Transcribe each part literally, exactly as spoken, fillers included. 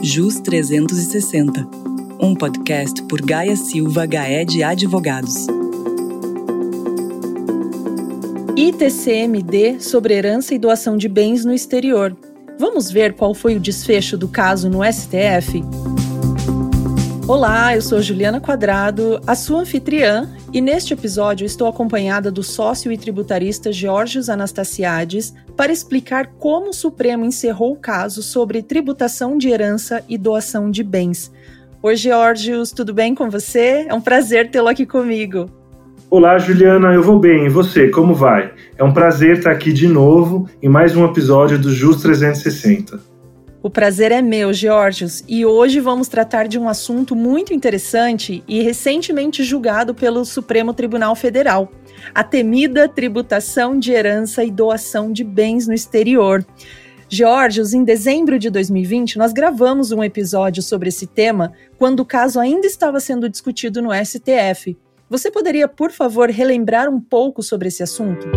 Jus trezentos e sessenta, um podcast por Gaia Silva Gaé de Advogados. I T C M D sobre herança e doação de bens no exterior. Vamos ver qual foi o desfecho do caso no S T F? Olá, eu sou Juliana Quadrado, a sua anfitriã, e neste episódio estou acompanhada do sócio e tributarista Geórgios Anastasiades para explicar como o Supremo encerrou o caso sobre tributação de herança e doação de bens. Oi, Geórgios, tudo bem com você? É um prazer tê-lo aqui comigo. Olá, Juliana, eu vou bem, e você, como vai? É um prazer estar aqui de novo em mais um episódio do Jus trezentos e sessenta. O prazer é meu, Geórgios, e hoje vamos tratar de um assunto muito interessante e recentemente julgado pelo Supremo Tribunal Federal, a temida tributação de herança e doação de bens no exterior. Geórgios, em dezembro de dois mil e vinte, nós gravamos um episódio sobre esse tema quando o caso ainda estava sendo discutido no S T F. Você poderia, por favor, relembrar um pouco sobre esse assunto?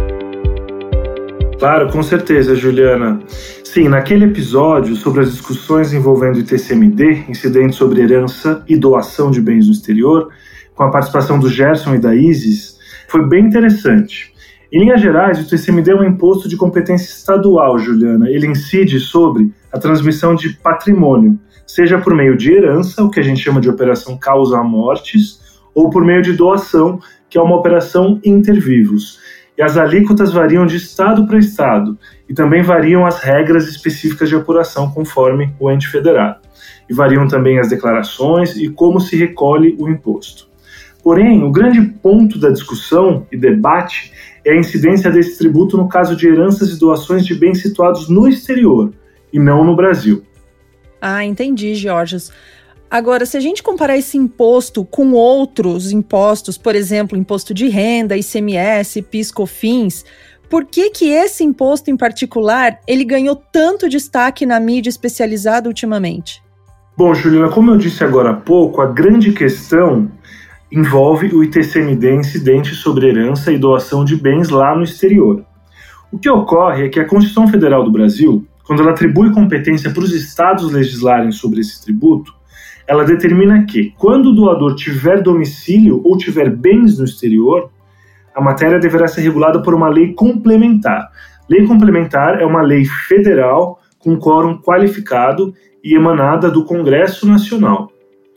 Claro, com certeza, Juliana. Sim, naquele episódio sobre as discussões envolvendo o I T C M D, incidente sobre herança e doação de bens no exterior, com a participação do Gerson e da Isis, foi bem interessante. Em linhas gerais, o I T C M D é um imposto de competência estadual, Juliana. Ele incide sobre a transmissão de patrimônio, seja por meio de herança, o que a gente chama de operação causa-mortis, ou por meio de doação, que é uma operação inter vivos. E as alíquotas variam de estado para estado, e também variam as regras específicas de apuração conforme o ente federado. E variam também as declarações e como se recolhe o imposto. Porém, o grande ponto da discussão e debate é a incidência desse tributo no caso de heranças e doações de bens situados no exterior, e não no Brasil. Ah, entendi, Geórgios. Agora, se a gente comparar esse imposto com outros impostos, por exemplo, imposto de renda, I C M S, PIS, COFINS, por que que esse imposto em particular, ele ganhou tanto destaque na mídia especializada ultimamente? Bom, Juliana, como eu disse agora há pouco, a grande questão envolve o I T C M D incidente sobre herança e doação de bens lá no exterior. O que ocorre é que a Constituição Federal do Brasil, quando ela atribui competência para os estados legislarem sobre esse tributo, ela determina que, quando o doador tiver domicílio ou tiver bens no exterior, a matéria deverá ser regulada por uma lei complementar. Lei complementar é uma lei federal com quórum qualificado e emanada do Congresso Nacional.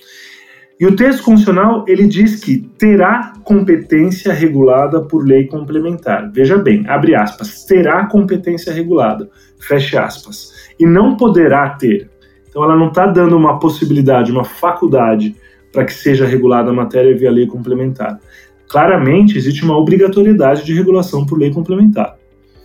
E o texto constitucional, ele diz que terá competência regulada por lei complementar. Veja bem, abre aspas, terá competência regulada, fecha aspas, e não poderá ter. Então ela não está dando uma possibilidade, uma faculdade para que seja regulada a matéria via lei complementar. Claramente existe uma obrigatoriedade de regulação por lei complementar.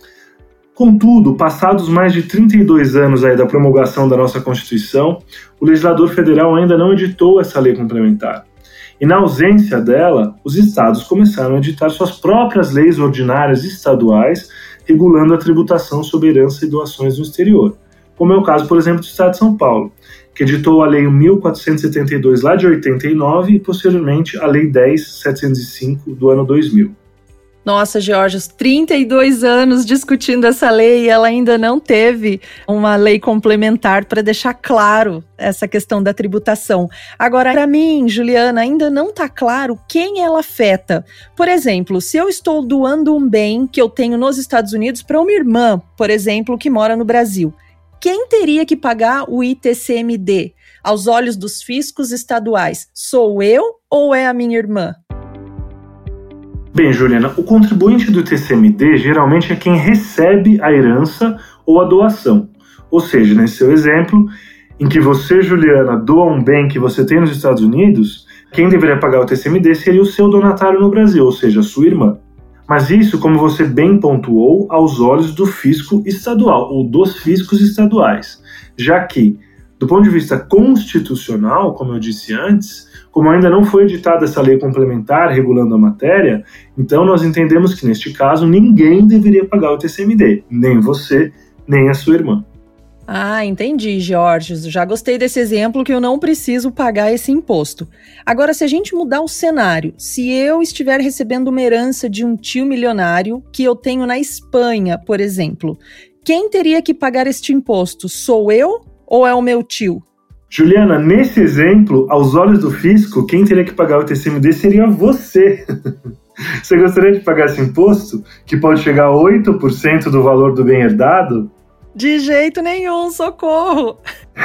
Contudo, passados mais de trinta e dois anos aí da promulgação da nossa Constituição, o legislador federal ainda não editou essa lei complementar. E na ausência dela, os estados começaram a editar suas próprias leis ordinárias estaduais regulando a tributação sobre herança e doações no exterior. Como é o caso, por exemplo, do Estado de São Paulo, que editou a Lei mil quatrocentos e setenta e dois lá de oitenta e nove e, posteriormente, a Lei dez mil setecentos e cinco do ano dois mil. Nossa, Geórgios, trinta e dois anos discutindo essa lei e ela ainda não teve uma lei complementar para deixar claro essa questão da tributação. Agora, para mim, Juliana, ainda não está claro quem ela afeta. Por exemplo, se eu estou doando um bem que eu tenho nos Estados Unidos para uma irmã, por exemplo, que mora no Brasil, quem teria que pagar o I T C M D? Aos olhos dos fiscos estaduais, sou eu ou é a minha irmã? Bem, Juliana, o contribuinte do I T C M D geralmente é quem recebe a herança ou a doação. Ou seja, nesse seu exemplo, em que você, Juliana, doa um bem que você tem nos Estados Unidos, quem deveria pagar o I T C M D seria o seu donatário no Brasil, ou seja, a sua irmã. Mas isso, como você bem pontuou, aos olhos do fisco estadual, ou dos fiscos estaduais, já que, do ponto de vista constitucional, como eu disse antes, como ainda não foi editada essa lei complementar regulando a matéria, então nós entendemos que, neste caso, ninguém deveria pagar o I T C M D, nem você, nem a sua irmã. Ah, entendi, Geórgios. Já gostei desse exemplo que eu não preciso pagar esse imposto. Agora, se a gente mudar o cenário, se eu estiver recebendo uma herança de um tio milionário que eu tenho na Espanha, por exemplo, quem teria que pagar este imposto? Sou eu ou é o meu tio? Juliana, nesse exemplo, aos olhos do fisco, quem teria que pagar o I T C M D seria você. Você gostaria de pagar esse imposto, que pode chegar a oito por cento do valor do bem herdado? De jeito nenhum, socorro!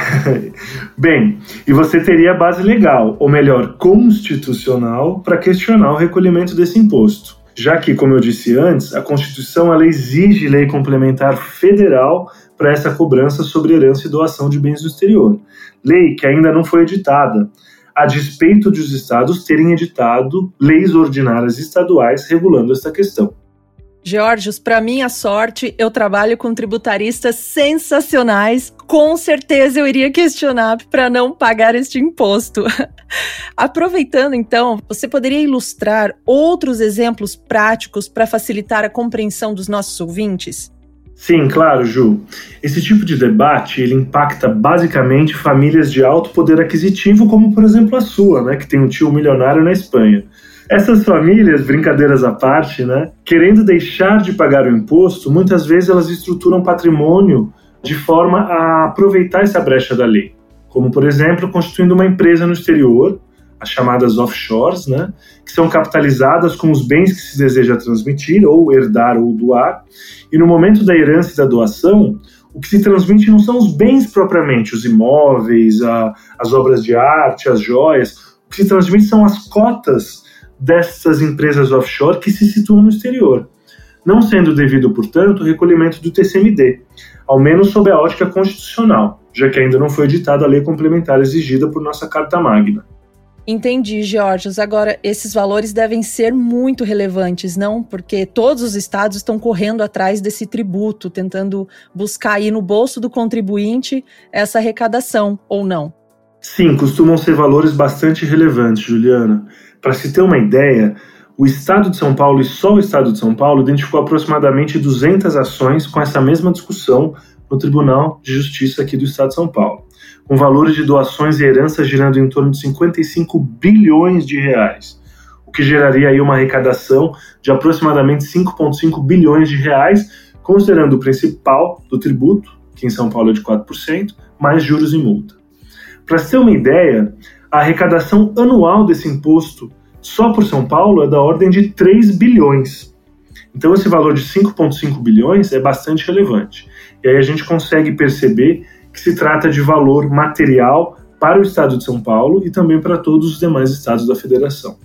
Bem, e você teria base legal, ou melhor, constitucional, para questionar o recolhimento desse imposto. Já que, como eu disse antes, a Constituição ela exige lei complementar federal para essa cobrança sobre herança e doação de bens no exterior. Lei que ainda não foi editada, a despeito de os estados terem editado leis ordinárias estaduais regulando esta questão. Geórgios, para minha sorte, eu trabalho com tributaristas sensacionais. Com certeza eu iria questionar para não pagar este imposto. Aproveitando, então, você poderia ilustrar outros exemplos práticos para facilitar a compreensão dos nossos ouvintes? Sim, claro, Ju. Esse tipo de debate ele impacta basicamente famílias de alto poder aquisitivo, como por exemplo a sua, né, que tem um tio milionário na Espanha. Essas famílias, brincadeiras à parte, né, querendo deixar de pagar o imposto, muitas vezes elas estruturam patrimônio de forma a aproveitar essa brecha da lei. Como, por exemplo, constituindo uma empresa no exterior, as chamadas offshores, né, que são capitalizadas com os bens que se deseja transmitir, ou herdar ou doar. E no momento da herança e da doação, o que se transmite não são os bens propriamente, os imóveis, a, as obras de arte, as joias. O que se transmite são as cotas dessas empresas offshore que se situam no exterior, não sendo devido, portanto, o recolhimento do I T C M D, ao menos sob a ótica constitucional, já que ainda não foi editada a lei complementar exigida por nossa Carta Magna. Entendi, Geórgios. Agora, esses valores devem ser muito relevantes, não? Porque todos os estados estão correndo atrás desse tributo, tentando buscar aí no bolso do contribuinte essa arrecadação, ou não? Sim, costumam ser valores bastante relevantes, Juliana. Para se ter uma ideia, o Estado de São Paulo e só o Estado de São Paulo identificou aproximadamente duzentas ações com essa mesma discussão no Tribunal de Justiça aqui do Estado de São Paulo, com valores de doações e heranças girando em torno de cinquenta e cinco bilhões de reais, o que geraria aí uma arrecadação de aproximadamente cinco vírgula cinco bilhões de reais, considerando o principal do tributo, que em São Paulo é de quatro por cento, mais juros e multa. Para se ter uma ideia, a arrecadação anual desse imposto só por São Paulo é da ordem de três bilhões. Então esse valor de cinco vírgula cinco bilhões é bastante relevante. E aí a gente consegue perceber que se trata de valor material para o Estado de São Paulo e também para todos os demais estados da federação.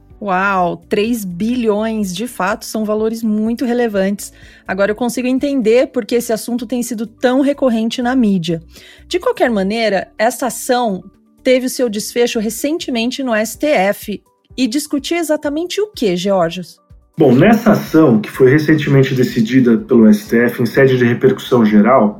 Uau, três bilhões, de fato, são valores muito relevantes. Agora eu consigo entender por que esse assunto tem sido tão recorrente na mídia. De qualquer maneira, essa ação teve o seu desfecho recentemente no S T F e discutia exatamente o que, Geórgios? Bom, nessa ação, que foi recentemente decidida pelo S T F em sede de repercussão geral,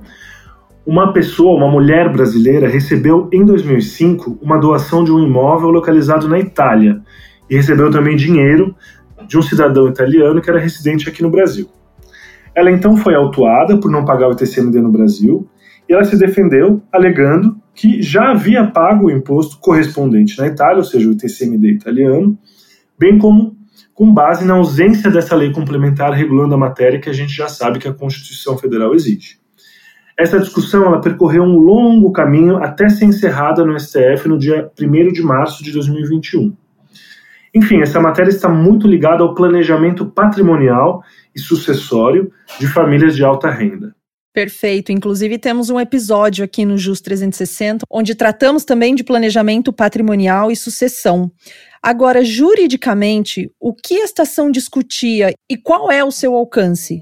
uma pessoa, uma mulher brasileira, recebeu em dois mil e cinco uma doação de um imóvel localizado na Itália e recebeu também dinheiro de um cidadão italiano que era residente aqui no Brasil. Ela então foi autuada por não pagar o I T C M D no Brasil e ela se defendeu alegando que já havia pago o imposto correspondente na Itália, ou seja, o I T C M D italiano, bem como com base na ausência dessa lei complementar regulando a matéria que a gente já sabe que a Constituição Federal exige. Essa discussão ela percorreu um longo caminho até ser encerrada no S T F no dia primeiro de março de dois mil e vinte e um. Enfim, essa matéria está muito ligada ao planejamento patrimonial e sucessório de famílias de alta renda. Perfeito. Inclusive, temos um episódio aqui no Jus trezentos e sessenta, onde tratamos também de planejamento patrimonial e sucessão. Agora, juridicamente, o que esta ação discutia e qual é o seu alcance?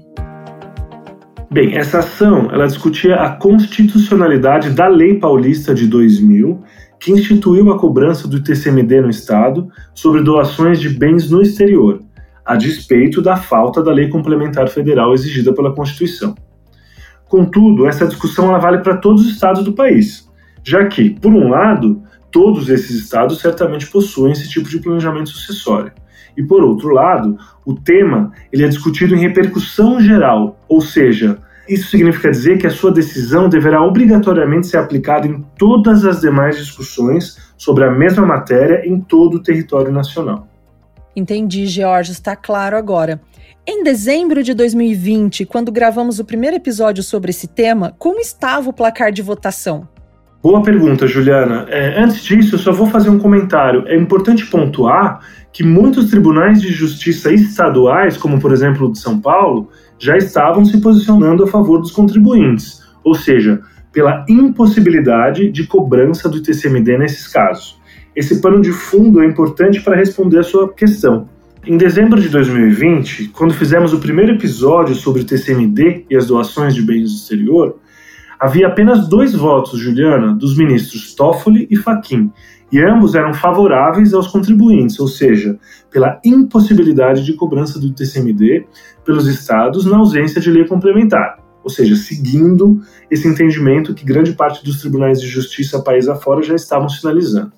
Bem, essa ação ela discutia a constitucionalidade da Lei Paulista de dois mil, que instituiu a cobrança do I T C M D no Estado sobre doações de bens no exterior, a despeito da falta da Lei Complementar Federal exigida pela Constituição. Contudo, essa discussão ela vale para todos os estados do país, já que, por um lado, todos esses estados certamente possuem esse tipo de planejamento sucessório. E, por outro lado, o tema ele é discutido em repercussão geral, ou seja, isso significa dizer que a sua decisão deverá obrigatoriamente ser aplicada em todas as demais discussões sobre a mesma matéria em todo o território nacional. Entendi, Geórgios, está claro agora. Em dezembro de dois mil e vinte, quando gravamos o primeiro episódio sobre esse tema, como estava o placar de votação? Boa pergunta, Juliana. É, antes disso, eu só vou fazer um comentário. É importante pontuar que muitos tribunais de justiça estaduais, como por exemplo o de São Paulo, já estavam se posicionando a favor dos contribuintes, ou seja, pela impossibilidade de cobrança do I T C M D nesses casos. Esse pano de fundo é importante para responder a sua questão. Em dezembro de dois mil e vinte, quando fizemos o primeiro episódio sobre o T C M D e as doações de bens do exterior, havia apenas dois votos, Juliana, dos ministros Toffoli e Fachin, e ambos eram favoráveis aos contribuintes, ou seja, pela impossibilidade de cobrança do I T C M D pelos estados na ausência de lei complementar, ou seja, seguindo esse entendimento que grande parte dos tribunais de justiça país afora já estavam sinalizando.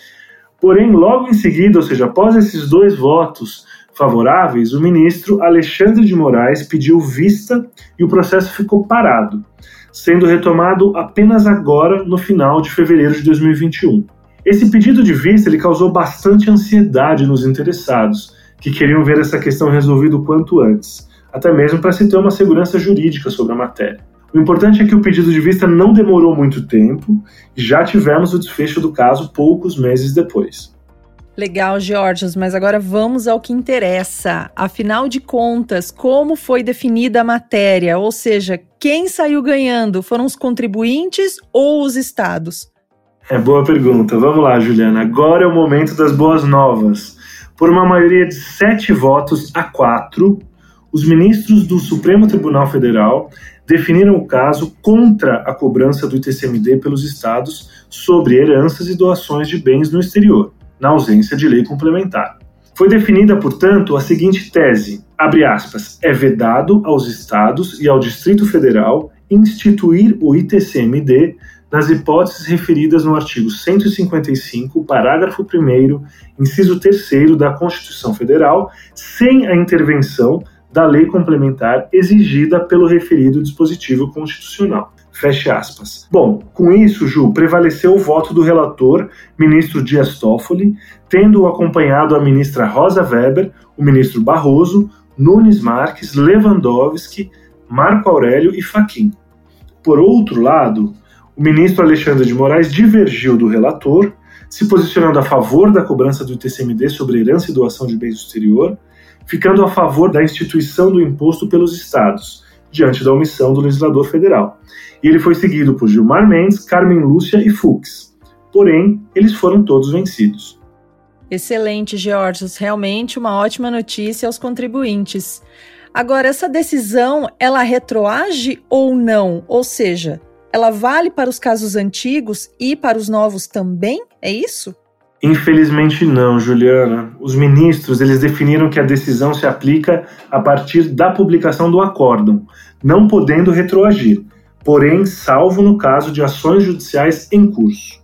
Porém, logo em seguida, ou seja, após esses dois votos favoráveis, o ministro Alexandre de Moraes pediu vista e o processo ficou parado, sendo retomado apenas agora, no final de fevereiro de dois mil e vinte e um. Esse pedido de vista ele causou bastante ansiedade nos interessados, que queriam ver essa questão resolvida o quanto antes, até mesmo para se ter uma segurança jurídica sobre a matéria. O importante é que o pedido de vista não demorou muito tempo e já tivemos o desfecho do caso poucos meses depois. Legal, Georgios, mas agora vamos ao que interessa. Afinal de contas, como foi definida a matéria? Ou seja, quem saiu ganhando? Foram os contribuintes ou os estados? É boa pergunta. Vamos lá, Juliana. Agora é o momento das boas novas. Por uma maioria de sete votos a quatro, os ministros do Supremo Tribunal Federal definiram o caso contra a cobrança do I T C M D pelos estados sobre heranças e doações de bens no exterior, na ausência de lei complementar. Foi definida, portanto, a seguinte tese, abre aspas, é vedado aos estados e ao Distrito Federal instituir o I T C M D nas hipóteses referidas no artigo cento e cinquenta e cinco, parágrafo primeiro, inciso terceiro da Constituição Federal, sem a intervenção da lei complementar exigida pelo referido dispositivo constitucional. Fecha aspas. Bom, com isso, Ju, prevaleceu o voto do relator, ministro Dias Toffoli, tendo acompanhado a ministra Rosa Weber, o ministro Barroso, Nunes Marques, Lewandowski, Marco Aurélio e Fachin. Por outro lado, o ministro Alexandre de Moraes divergiu do relator, se posicionando a favor da cobrança do I T C M D sobre herança e doação de bens do exterior, ficando a favor da instituição do imposto pelos estados, diante da omissão do legislador federal. E ele foi seguido por Gilmar Mendes, Carmen Lúcia e Fux. Porém, eles foram todos vencidos. Excelente, Georgios. Realmente uma ótima notícia aos contribuintes. Agora, essa decisão, ela retroage ou não? Ou seja, ela vale para os casos antigos e para os novos também? É isso? Infelizmente não, Juliana. Os ministros eles definiram que a decisão se aplica a partir da publicação do acórdão, não podendo retroagir, porém, salvo no caso de ações judiciais em curso.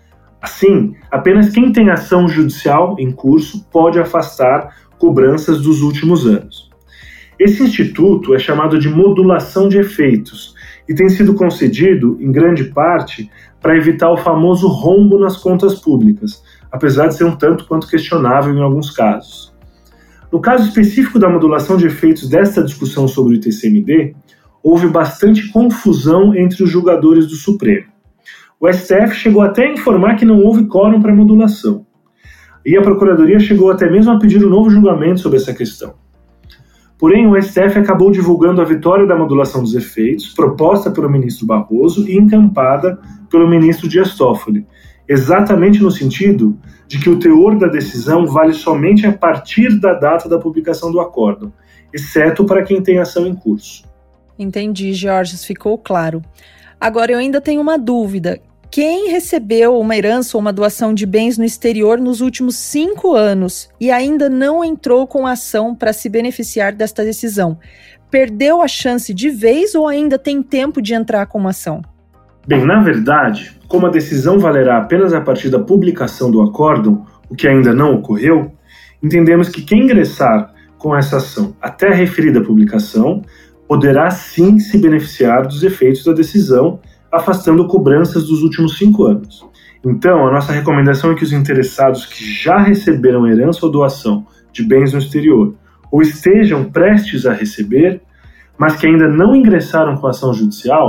Assim, apenas quem tem ação judicial em curso pode afastar cobranças dos últimos anos. Esse instituto é chamado de modulação de efeitos e tem sido concedido, em grande parte, para evitar o famoso rombo nas contas públicas, apesar de ser um tanto quanto questionável em alguns casos. No caso específico da modulação de efeitos desta discussão sobre o I T C M D, houve bastante confusão entre os julgadores do Supremo. O S T F chegou até a informar que não houve quórum para modulação. E a Procuradoria chegou até mesmo a pedir um novo julgamento sobre essa questão. Porém, o S T F acabou divulgando a vitória da modulação dos efeitos, proposta pelo ministro Barroso e encampada pelo ministro Dias Toffoli, exatamente no sentido de que o teor da decisão vale somente a partir da data da publicação do acórdão, exceto para quem tem ação em curso. Entendi, Georgios, ficou claro. Agora, eu ainda tenho uma dúvida. Quem recebeu uma herança ou uma doação de bens no exterior nos últimos cinco anos e ainda não entrou com ação para se beneficiar desta decisão, perdeu a chance de vez ou ainda tem tempo de entrar com uma ação? Bem, na verdade, como a decisão valerá apenas a partir da publicação do acórdão, o que ainda não ocorreu, entendemos que quem ingressar com essa ação até a referida publicação poderá sim se beneficiar dos efeitos da decisão, afastando cobranças dos últimos cinco anos. Então, a nossa recomendação é que os interessados que já receberam herança ou doação de bens no exterior ou estejam prestes a receber, mas que ainda não ingressaram com ação judicial,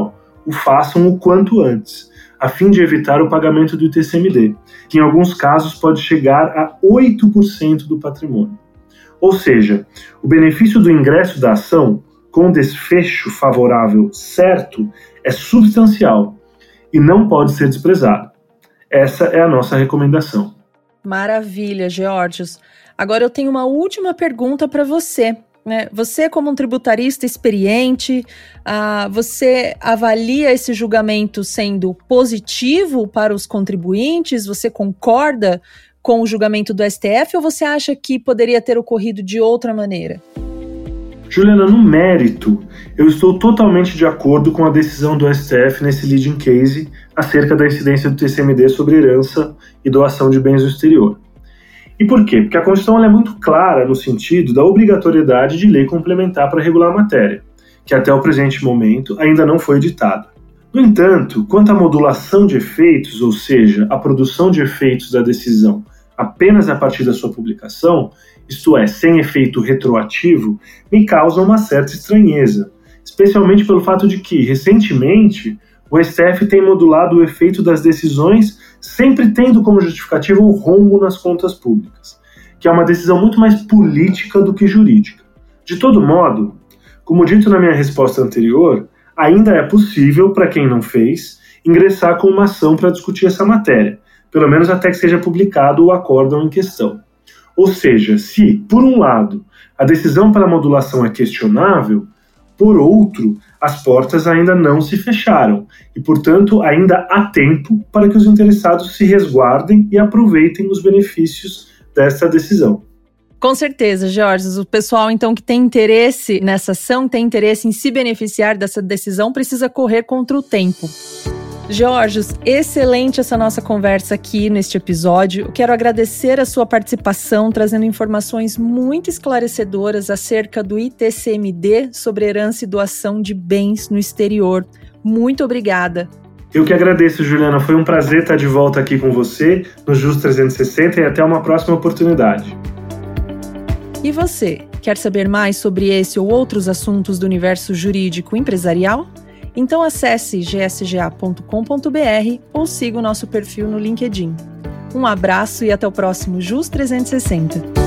o façam o quanto antes, a fim de evitar o pagamento do I T C M D, que em alguns casos pode chegar a oito por cento do patrimônio. Ou seja, o benefício do ingresso da ação, com desfecho favorável certo, é substancial e não pode ser desprezado. Essa é a nossa recomendação. Maravilha, Geórgios. Agora eu tenho uma última pergunta para você. Né? Você, como um tributarista experiente, uh, você avalia esse julgamento sendo positivo para os contribuintes? Você concorda com o julgamento do S T F ou você acha que poderia ter ocorrido de outra maneira? Juliana, no mérito, eu estou totalmente de acordo com a decisão do S T F nesse leading case acerca da incidência do T C M D sobre herança e doação de bens do exterior. E por quê? Porque a Constituição é muito clara no sentido da obrigatoriedade de lei complementar para regular a matéria, que até o presente momento ainda não foi editada. No entanto, quanto à modulação de efeitos, ou seja, a produção de efeitos da decisão apenas a partir da sua publicação, isto é, sem efeito retroativo, me causa uma certa estranheza, especialmente pelo fato de que, recentemente, o S T F tem modulado o efeito das decisões sempre tendo como justificativa o rombo nas contas públicas, que é uma decisão muito mais política do que jurídica. De todo modo, como dito na minha resposta anterior, ainda é possível, para quem não fez, ingressar com uma ação para discutir essa matéria, pelo menos até que seja publicado o acórdão em questão. Ou seja, se, por um lado, a decisão para a modulação é questionável, por outro, as portas ainda não se fecharam e, portanto, ainda há tempo para que os interessados se resguardem e aproveitem os benefícios dessa decisão. Com certeza, Geórgios. O pessoal, então, que tem interesse nessa ação, tem interesse em se beneficiar dessa decisão, precisa correr contra o tempo. Geórgios, excelente essa nossa conversa aqui neste episódio. Eu quero agradecer a sua participação, trazendo informações muito esclarecedoras acerca do I T C M D sobre herança e doação de bens no exterior. Muito obrigada. Eu que agradeço, Juliana. Foi um prazer estar de volta aqui com você no Just trezentos e sessenta e até uma próxima oportunidade. E você, quer saber mais sobre esse ou outros assuntos do universo jurídico empresarial? Então acesse g s g a ponto com ponto b r ou siga o nosso perfil no LinkedIn. Um abraço e até o próximo Just trezentos e sessenta.